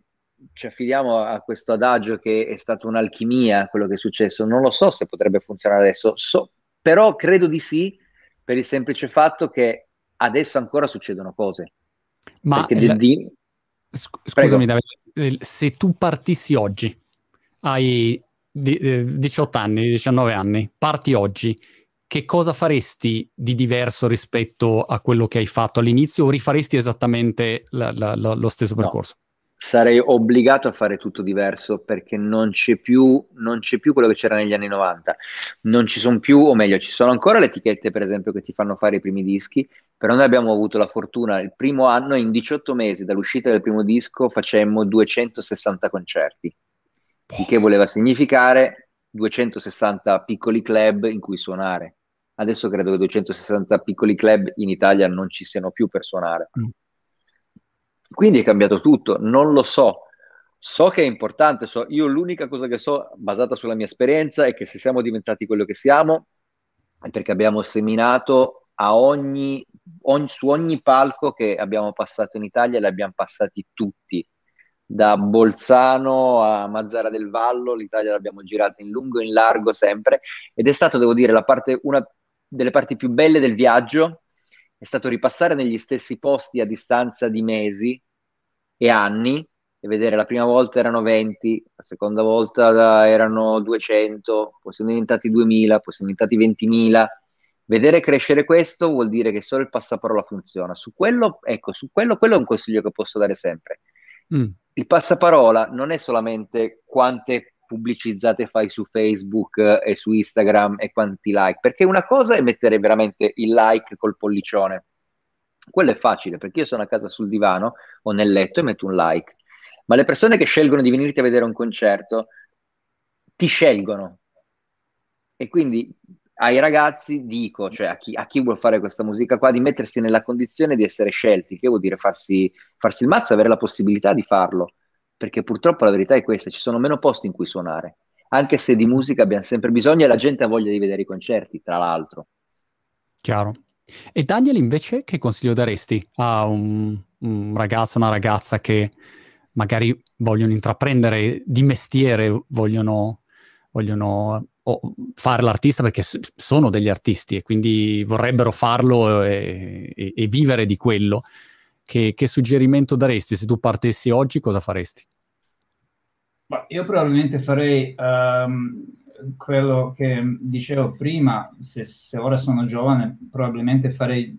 ci affidiamo a questo adagio che è stata un'alchimia quello che è successo. Non lo so se potrebbe funzionare adesso, so, però credo di sì, per il semplice fatto che adesso ancora succedono cose. Ma Perché il, di, di... sc- scusami Prego. Davide, se tu partissi oggi, hai di- eh, diciotto anni, diciannove anni, parti oggi, che cosa faresti di diverso rispetto a quello che hai fatto all'inizio o rifaresti esattamente la- la- la- lo stesso No, percorso? sarei obbligato a fare tutto diverso perché non c'è più, non c'è più quello che c'era negli anni novanta. Non ci sono più, o meglio, ci sono ancora le etichette, per esempio, che ti fanno fare i primi dischi, però noi abbiamo avuto la fortuna, il primo anno, in diciotto mesi dall'uscita del primo disco, facemmo duecentosessanta concerti, il che voleva significare duecentosessanta piccoli club in cui suonare. Adesso credo che duecentosessanta piccoli club in Italia non ci siano più per suonare. Mm. Quindi è cambiato tutto, non lo so. So che è importante, so, io l'unica cosa che so, basata sulla mia esperienza, è che se siamo diventati quello che siamo, è perché abbiamo seminato a ogni, ogni- su ogni palco che abbiamo passato in Italia, li abbiamo passati tutti. Da Bolzano a Mazzara del Vallo, l'Italia l'abbiamo girata in lungo e in largo sempre, ed è stato, devo dire, la parte, una delle parti più belle del viaggio, è stato ripassare negli stessi posti a distanza di mesi e anni, e vedere la prima volta erano venti, la seconda volta erano duecento, poi sono diventati duemila, poi sono diventati ventimila. Vedere crescere questo vuol dire che solo il passaparola funziona. Su quello, ecco, su quello, quello è un consiglio che posso dare sempre. Mm. Il passaparola non è solamente quante pubblicizzate fai su Facebook eh, e su Instagram e quanti like, perché una cosa è mettere veramente il like col pollicione. Quello è facile, perché io sono a casa sul divano o nel letto e metto un like. Ma le persone che scelgono di venirti a vedere un concerto ti scelgono. E quindi ai ragazzi dico, cioè a chi, a chi vuol fare questa musica qua, di mettersi nella condizione di essere scelti, che vuol dire farsi, farsi il mazzo, avere la possibilità di farlo. Perché purtroppo la verità è questa, ci sono meno posti in cui suonare. Anche se di musica abbiamo sempre bisogno e la gente ha voglia di vedere i concerti, tra l'altro. Chiaro. E Daniel, invece, che consiglio daresti a un, un ragazzo, una ragazza che magari vogliono intraprendere di mestiere, vogliono, vogliono o, fare l'artista perché s- sono degli artisti e quindi vorrebbero farlo e, e- e vivere di quello? Che, che suggerimento daresti? Se tu partessi oggi, cosa faresti? Ma io probabilmente farei ehm, quello che dicevo prima, se, se ora sono giovane, probabilmente farei,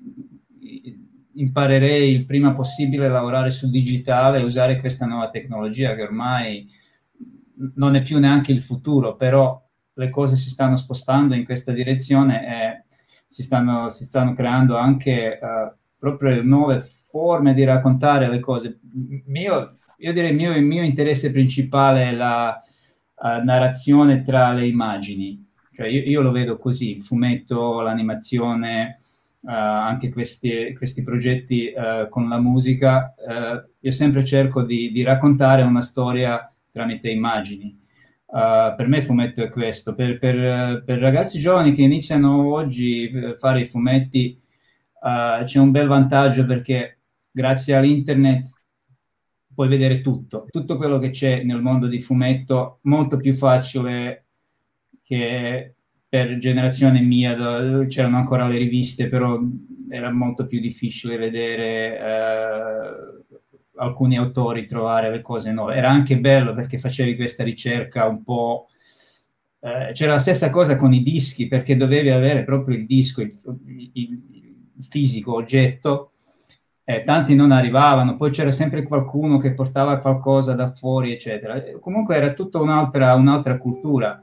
imparerei il prima possibile a lavorare su digitale e usare questa nuova tecnologia che ormai non è più neanche il futuro, però le cose si stanno spostando in questa direzione e si stanno, si stanno creando anche eh, proprio nuove forme di raccontare le cose. Mio, io direi il mio, il mio interesse principale è la uh, narrazione tra le immagini. Cioè io, io lo vedo così, il fumetto, l'animazione, uh, anche questi, questi progetti uh, con la musica. Uh, io sempre cerco di, di raccontare una storia tramite immagini. Uh, per me il fumetto è questo. Per, per, per ragazzi giovani che iniziano oggi a fare i fumetti, uh, c'è un bel vantaggio perché grazie all'internet puoi vedere tutto, tutto quello che c'è nel mondo di fumetto, molto più facile che per generazione mia, dove c'erano ancora le riviste, però era molto più difficile vedere eh, alcuni autori trovare le cose nuove. Era anche bello perché facevi questa ricerca un po'. Eh, c'era la stessa cosa con i dischi, perché dovevi avere proprio il disco, il, il, il fisico oggetto. Eh, tanti non arrivavano, poi c'era sempre qualcuno che portava qualcosa da fuori, eccetera. Eh, Comunque era tutta un'altra, un'altra cultura.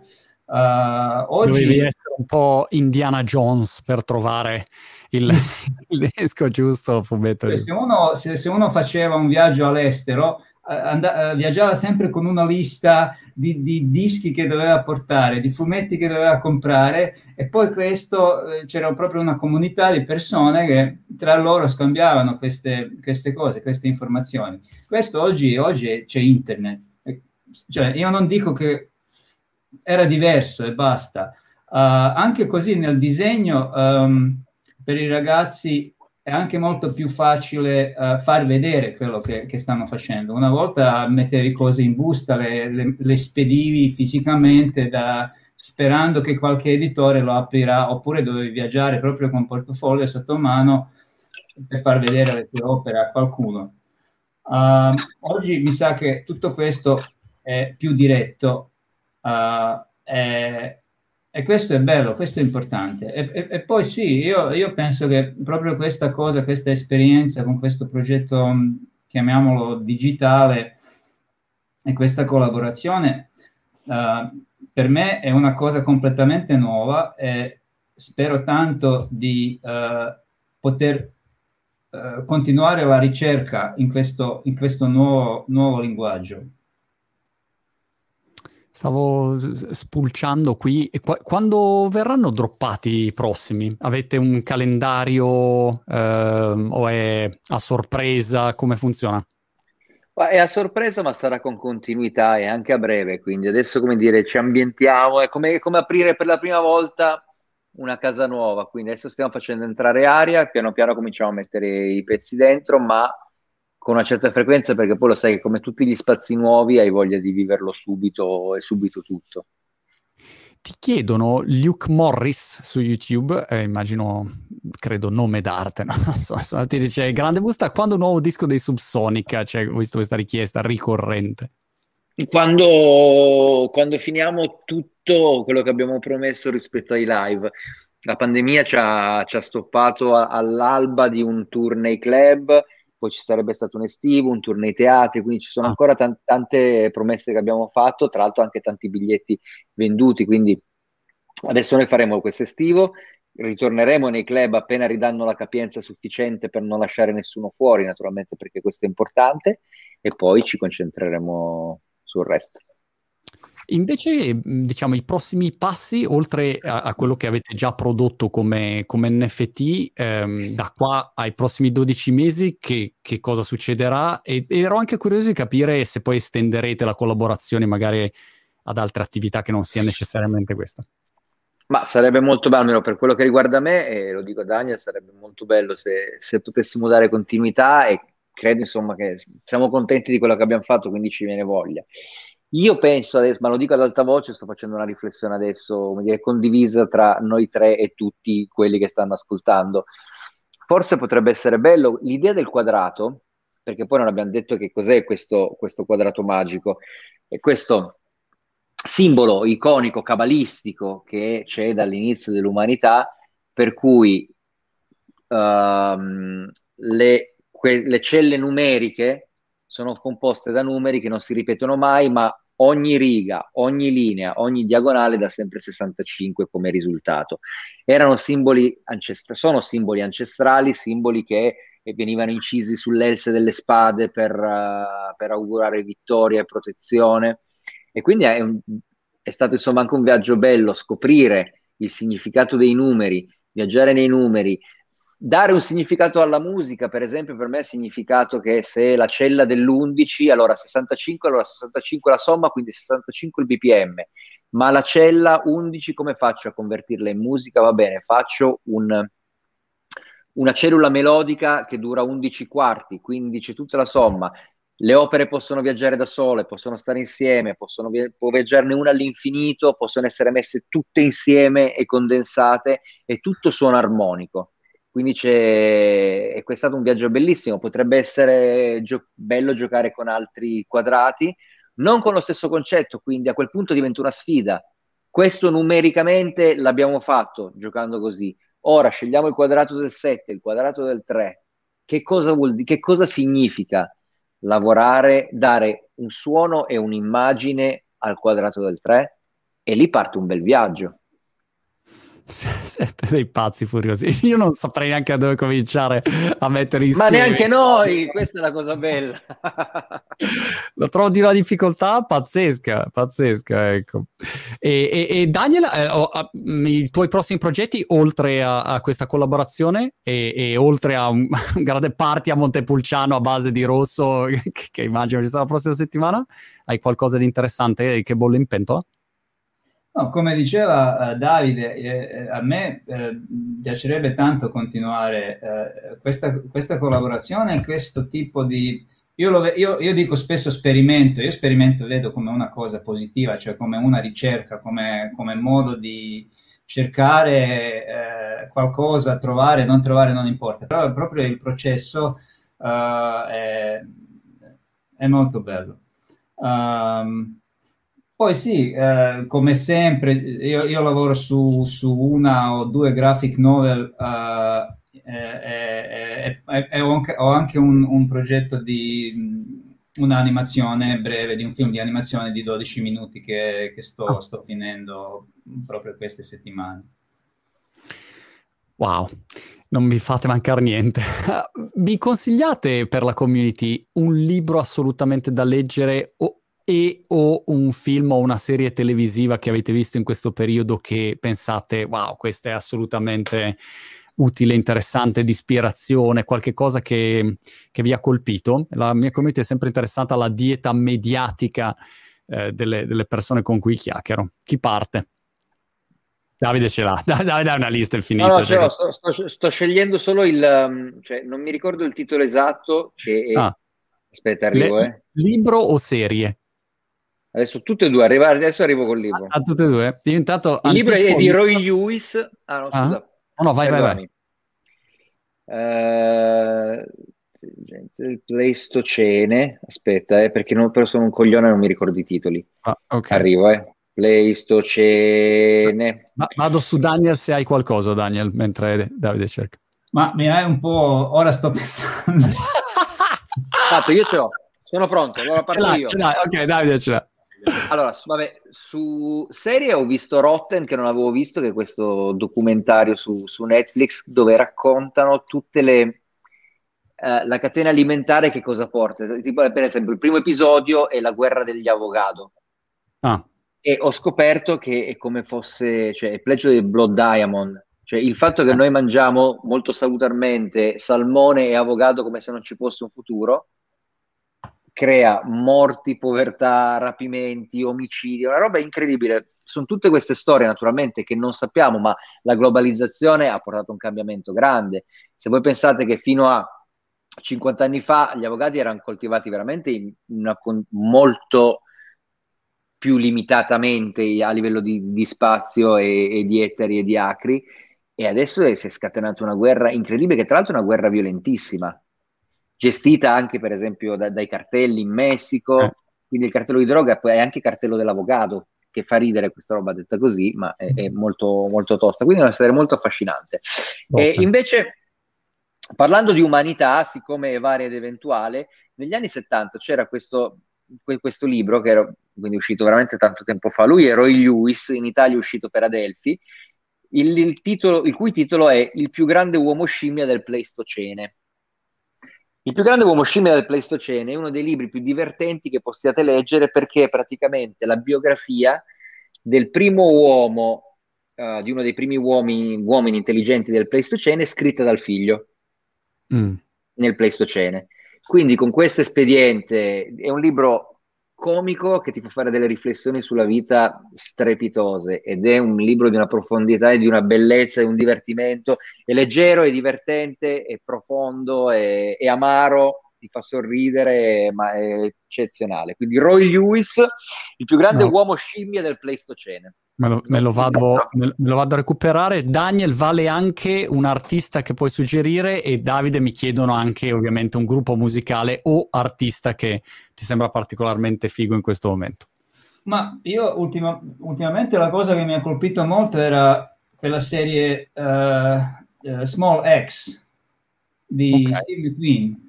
Uh, Dovevi oggi essere un po' Indiana Jones per trovare il, il disco giusto, il fumetto se giusto. uno, se, se uno faceva un viaggio all'estero, eh, and- eh, viaggiava sempre con una lista di, di dischi che doveva portare, di fumetti che doveva comprare, e poi questo eh, c'era proprio una comunità di persone che tra loro scambiavano queste, queste cose, queste informazioni. Questo oggi, oggi c'è internet. Eh, Cioè, io non dico che era diverso e basta. Uh, anche così nel disegno, um, per i ragazzi è anche molto più facile uh, far vedere quello che, che stanno facendo. Una volta mettevi cose in busta, le, le, le spedivi fisicamente da, sperando che qualche editore lo aprirà, oppure dovevi viaggiare proprio con portafoglio sotto mano per far vedere le tue opere a qualcuno. Uh, oggi mi sa che tutto questo è più diretto, uh, è, e questo è bello, questo è importante. E, e, e poi sì, io, io penso che proprio questa cosa, questa esperienza con questo progetto, chiamiamolo digitale, e questa collaborazione, uh, per me è una cosa completamente nuova e spero tanto di uh, poter uh, continuare la ricerca in questo, in questo nuovo, nuovo linguaggio. Stavo spulciando qui. E qu- quando verranno droppati i prossimi? Avete un calendario eh, o è a sorpresa? Come funziona? È a sorpresa, ma sarà con continuità e anche a breve. Quindi adesso, come dire, ci ambientiamo. È come, come aprire per la prima volta una casa nuova. Quindi adesso stiamo facendo entrare aria, piano piano cominciamo a mettere i pezzi dentro, ma con una certa frequenza, perché poi lo sai che come tutti gli spazi nuovi hai voglia di viverlo subito e subito tutto. Ti chiedono Luke Morris su YouTube, eh, immagino, credo nome d'arte, no? so, so, ti dice, grande busta, quando un nuovo disco dei Subsonica? Cioè, ho visto questa richiesta ricorrente. Quando, quando finiamo tutto quello che abbiamo promesso rispetto ai live. La pandemia ci ha, ci ha stoppato a, all'alba di un tour nei club, poi ci sarebbe stato un estivo, un tour nei teatri, quindi ci sono Ah. ancora t- tante promesse che abbiamo fatto, tra l'altro anche tanti biglietti venduti, quindi adesso noi faremo quest'estivo, ritorneremo nei club appena ridanno la capienza sufficiente per non lasciare nessuno fuori, naturalmente, perché questo è importante, e poi ci concentreremo sul resto. Invece, diciamo, i prossimi passi, oltre a, a quello che avete già prodotto come, come N F T, ehm, da qua ai prossimi dodici mesi, che, che cosa succederà? E, e ero anche curioso di capire se poi estenderete la collaborazione magari ad altre attività che non sia necessariamente questa. Ma sarebbe molto bello, almeno per quello che riguarda me, e lo dico a Daniel, sarebbe molto bello se, se potessimo dare continuità, e credo insomma che siamo contenti di quello che abbiamo fatto, quindi ci viene voglia. Io penso adesso, ma lo dico ad alta voce, sto facendo una riflessione adesso, come dire, condivisa tra noi tre e tutti quelli che stanno ascoltando. Forse potrebbe essere bello l'idea del quadrato, perché poi non abbiamo detto che cos'è questo, questo quadrato magico, e questo simbolo iconico, cabalistico che c'è dall'inizio dell'umanità, per cui um, le, que- le celle numeriche sono composte da numeri che non si ripetono mai, ma ogni riga, ogni linea, ogni diagonale dà sempre sessantacinque come risultato. Erano simboli ancest- sono simboli ancestrali, simboli che venivano incisi sull'else delle spade per, uh, per augurare vittoria e protezione. E quindi è, un, è stato insomma anche un viaggio bello scoprire il significato dei numeri, viaggiare nei numeri, dare un significato alla musica. Per esempio, per me è significato che se la cella dell'undici, allora sessantacinque, allora sessantacinque la somma, quindi sessantacinque il B P M, ma la cella undici come faccio a convertirla in musica? Va bene, faccio un, una cellula melodica che dura undici quarti, quindi c'è tutta la somma. Le opere possono viaggiare da sole, possono stare insieme, possono vi- può viaggiarne una all'infinito, possono essere messe tutte insieme e condensate, e tutto suona armonico. Quindi c'è, è stato un viaggio bellissimo. Potrebbe essere gio- bello giocare con altri quadrati, non con lo stesso concetto, quindi a quel punto diventa una sfida. Questo numericamente l'abbiamo fatto giocando così. Ora scegliamo il quadrato del sette, il quadrato del tre. Che cosa vuol dire? Che cosa significa lavorare, dare un suono e un'immagine al quadrato del tre? E lì parte un bel viaggio. Siete dei pazzi furiosi. Io non saprei neanche da dove cominciare a mettere Ma insieme. neanche noi, questa è la cosa bella. Lo trovo di una difficoltà pazzesca, pazzesca, ecco. E, e, e Daniel, eh, oh, ah, i tuoi prossimi progetti, oltre a, a questa collaborazione e, e oltre a un, un grande party a Montepulciano a base di rosso, che, che immagino ci sarà la prossima settimana, hai qualcosa di interessante che bolle in pentola? No, come diceva eh, Davide, eh, a me eh, piacerebbe tanto continuare eh, questa, questa collaborazione, questo tipo di... Io, lo ve- io- io dico spesso sperimento, io sperimento vedo come una cosa positiva, cioè come una ricerca, come, come modo di cercare eh, qualcosa, trovare, non trovare, non importa, però proprio il processo eh, è, è molto bello. Um, poi sì, eh, come sempre, io, io lavoro su, su una o due graphic novel eh, e, e- e- e ho anche, ho anche un, un progetto di mh, un'animazione breve, di un film di animazione di dodici minuti che, che sto, sto finendo proprio queste settimane. Wow, non mi fate mancare niente. Mi consigliate per la community un libro assolutamente da leggere o, e o un film o una serie televisiva che avete visto in questo periodo che pensate, wow, questo è assolutamente utile, interessante, di ispirazione, qualche cosa che, che vi ha colpito? La mia community è sempre interessata alla dieta mediatica eh, delle, delle persone con cui chiacchiero. Chi parte? Davide ce l'ha, Davide ha una lista No, no, infinita. ce Cioè... l'ho, sto, sto- sto scegliendo solo il... um, cioè, non mi ricordo il titolo esatto, che Ah, è... Aspetta, le- arrivo, eh. libro o serie? Adesso tutte e due, arriva- adesso arrivo col A, libro. a tutte e due? Io intanto Il libro è anticipo... di Roy Lewis. Ah, no, Ah? scusa, No, no, vai, vai, vai. perdonami. Eh, il Pleistocene. Aspetta, eh, perché non, però sono un coglione e non mi ricordo i titoli. Ah, ok. Arrivo, eh. Pleistocene. Va- vado su Daniel se hai qualcosa, Daniel, mentre Davide cerca. Ma mi hai un po'... Ora sto pensando... Fatto, io ce l'ho. Sono pronto, allora Ce parto l'hai, io. ce l'hai, ok, Davide ce l'ha. Allora, su- vabbè, su serie ho visto Rotten, che non avevo visto, che è questo documentario su, su Netflix dove raccontano tutte le, eh, la catena alimentare che cosa porta. Tipo, per esempio, il primo episodio è la guerra degli avocado Ah, e ho scoperto che è come fosse, cioè, il pledge del Blood Diamond, cioè il fatto che noi mangiamo molto salutarmente salmone e avocado come se non ci fosse un futuro crea morti, povertà, rapimenti, omicidi, una roba incredibile. Sono tutte queste storie naturalmente che non sappiamo, ma la globalizzazione ha portato un cambiamento grande. Se voi pensate che fino a cinquanta anni fa gli avocati erano coltivati veramente in una con- molto più limitatamente a livello di, di spazio e, e di ettari e di acri, e adesso è- si è scatenata una guerra incredibile, che tra l'altro è una guerra violentissima, gestita anche per esempio da- dai cartelli in eh, Messico, quindi il cartello di droga poi è anche il cartello dell'avvocato, che fa ridere questa roba detta così, ma è, è molto, molto tosta, quindi è una storia molto affascinante. E top. invece, parlando di umanità, siccome è varia ed eventuale, negli anni settanta c'era questo, que- questo libro che era quindi uscito veramente tanto tempo fa. Lui è Roy Lewis, in Italia è uscito per Adelphi, il, il titolo, il cui titolo è Il più grande uomo scimmia del Pleistocene. Il più grande uomo scimmia del Pleistocene è uno dei libri più divertenti che possiate leggere perché è praticamente la biografia del primo uomo, uh, di uno dei primi uomini, uomini intelligenti del Pleistocene, scritta dal figlio Mm. nel Pleistocene. Quindi con questo espediente è un libro comico che ti fa fare delle riflessioni sulla vita strepitose ed è un libro di una profondità e di una bellezza e un divertimento, è leggero, è divertente, è profondo, è, è amaro, ti fa sorridere, ma è eccezionale. Quindi Roy Lewis, il più grande No. uomo scimmia del Pleistocene. Me lo, me, lo vado, me, me lo vado a recuperare. Daniel, vale anche un artista che puoi suggerire, e Davide, mi chiedono anche ovviamente un gruppo musicale o artista che ti sembra particolarmente figo in questo momento. Ma io ultima- ultimamente la cosa che mi ha colpito molto era quella serie eh, eh, Small X di Ok. Steve McQueen.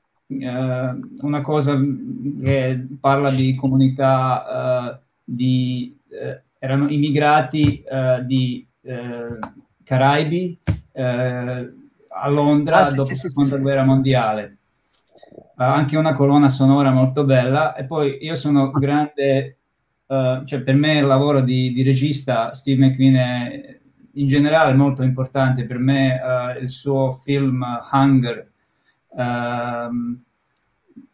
Eh, una cosa che parla di comunità eh, di eh, erano immigrati eh, di eh, Caraibi eh, a Ah, Londra sì, dopo sì, la sì, sì, seconda sì. guerra mondiale. Ha anche una colonna sonora molto bella. E poi io sono grande, eh, cioè per me il lavoro di, di regista Steve McQueen è in generale molto importante. Per me eh, il suo film Hunger ehm,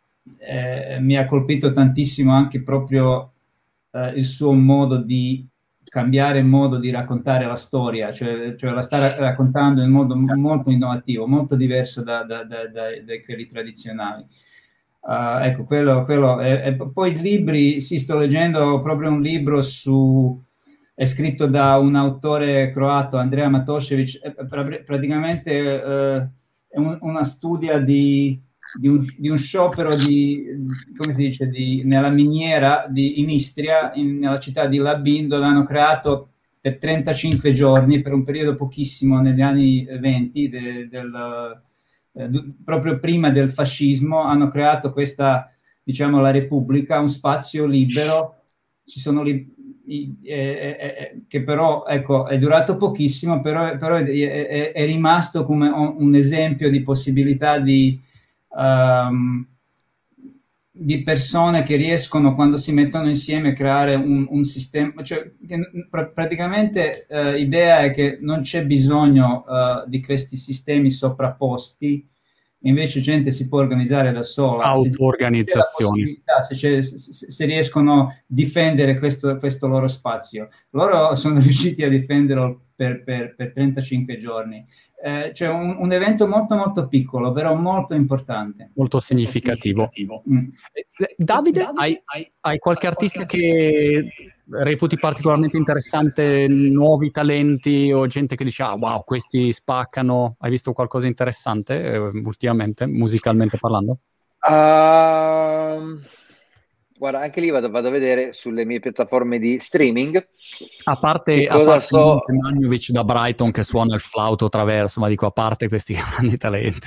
eh, mi ha colpito tantissimo anche proprio eh, il suo modo di cambiare il modo di raccontare la storia, cioè, cioè la sta raccontando in modo certo. molto innovativo, molto diverso da, da, da, da, da quelli tradizionali. Uh, ecco, quello, quello è, è, poi i libri, sì, sto leggendo proprio un libro su, è scritto da un autore croato, Andrea Matošević, è praticamente uh, è un, una studia di Di un, di un sciopero di, come si dice, di, nella miniera di, in Istria, in, nella città di Labin, dove hanno creato per trentacinque giorni, per un periodo pochissimo, negli anni venti, de, del, eh, proprio prima del fascismo, hanno creato questa, diciamo, la Repubblica, un spazio libero, ci sono li, i, eh, eh, che però, ecco, è durato pochissimo, però, però è, è, è rimasto come un esempio di possibilità di Um, di persone che riescono, quando si mettono insieme, a creare un, un sistema, cioè pr- praticamente uh, l'idea è che non c'è bisogno uh, di questi sistemi sovrapposti, invece gente si può organizzare da sola, auto-organizzazione, se, se, se, se riescono a difendere questo, questo loro spazio. Loro sono riusciti a difenderlo per, per, per trentacinque giorni. Eh, cioè un, un evento molto molto piccolo, però molto importante, molto significativo. Molto significativo. Mm. Davide, Davide hai, hai, hai qualche artista che reputi particolarmente interessante, nuovi talenti o gente che dice ah wow, questi spaccano? Hai visto qualcosa interessante eh, ultimamente, musicalmente parlando? Uh, guarda, anche lì vado, vado a vedere sulle mie piattaforme di streaming. A parte, a parte so... Manjovic da Brighton che suona il flauto traverso, ma dico a parte questi grandi talenti.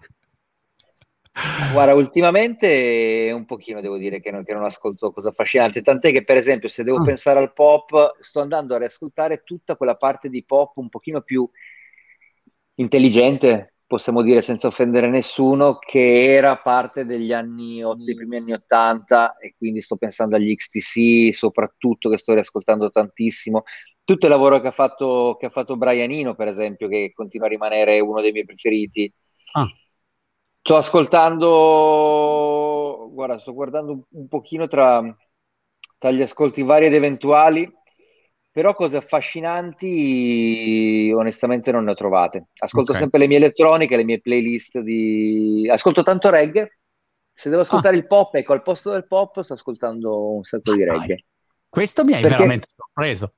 Guarda, ultimamente un pochino devo dire che non, che non ascolto cose affascinanti, tant'è che per esempio se devo ah. pensare al pop sto andando a riascoltare tutta quella parte di pop un pochino più intelligente, possiamo dire senza offendere nessuno, che era parte degli anni dei primi anni ottanta, e quindi sto pensando agli X T C soprattutto, che sto riascoltando tantissimo, tutto il lavoro che ha fatto, che ha fatto Brian Eno per esempio, che continua a rimanere uno dei miei preferiti. Ah. Sto ascoltando, guarda, sto guardando un, un pochino tra, tra gli ascolti vari ed eventuali, però cose affascinanti onestamente non ne ho trovate. Ascolto okay. sempre le mie elettroniche, le mie playlist di... Ascolto tanto reggae. Se devo ascoltare ah. il pop, ecco, al posto del pop sto ascoltando un sacco di reggae. Dai. Questo mi hai Perché... veramente sorpreso.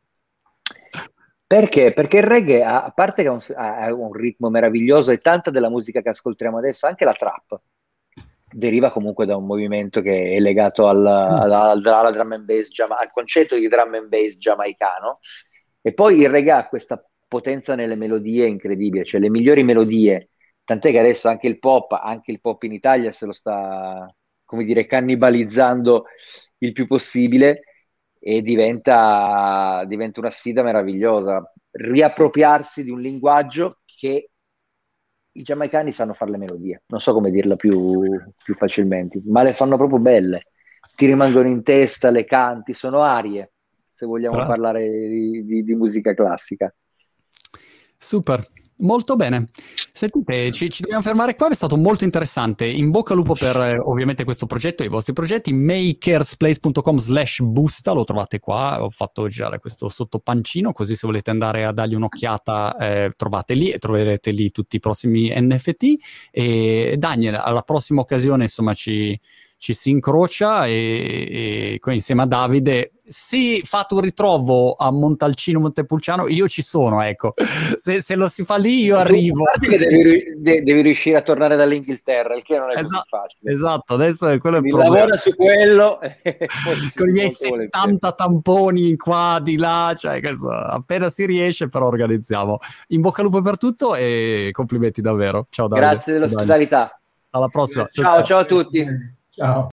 Perché? Perché il reggae, a parte che ha un, ha un ritmo meraviglioso, e tanta della musica che ascoltiamo adesso, anche la trap, deriva comunque da un movimento che è legato al, mm. alla, alla drum and bass, al concetto di drum and bass giamaicano, e poi il reggae ha questa potenza nelle melodie incredibile, cioè le migliori melodie, tant'è che adesso anche il pop, anche il pop in Italia se lo sta, come dire, cannibalizzando il più possibile, e diventa, diventa una sfida meravigliosa, riappropriarsi di un linguaggio che i giamaicani sanno fare le melodie, non so come dirla più, più facilmente, ma le fanno proprio belle, ti rimangono in testa, le canti, sono arie, se vogliamo Tra... parlare di, di, di musica classica. Super, molto bene. Sentite, ci, ci dobbiamo fermare qua, è stato molto interessante. In bocca al lupo per eh, ovviamente questo progetto e i vostri progetti. makersplace punto com slash busta, lo trovate qua, ho fatto girare questo sottopancino, così se volete andare a dargli un'occhiata eh, trovate lì e troverete lì tutti i prossimi N F T. E Daniel, alla prossima occasione insomma ci... ci si incrocia e, e insieme a Davide, se fate un ritrovo a Montalcino, Montepulciano, io ci sono, ecco. Se, se lo si fa lì, io arrivo. Che devi, devi riuscire a tornare dall'Inghilterra, il che non è esatto, così facile. Esatto, adesso è quello il Mi problema. lavora su quello. Con i miei settanta tamponi qua, di là, cioè questo, appena si riesce, però organizziamo. In bocca al lupo per tutto e complimenti davvero. Ciao Davide. Grazie dell'ospitalità. Alla prossima. Ciao, ciao, ciao a tutti. Ciao.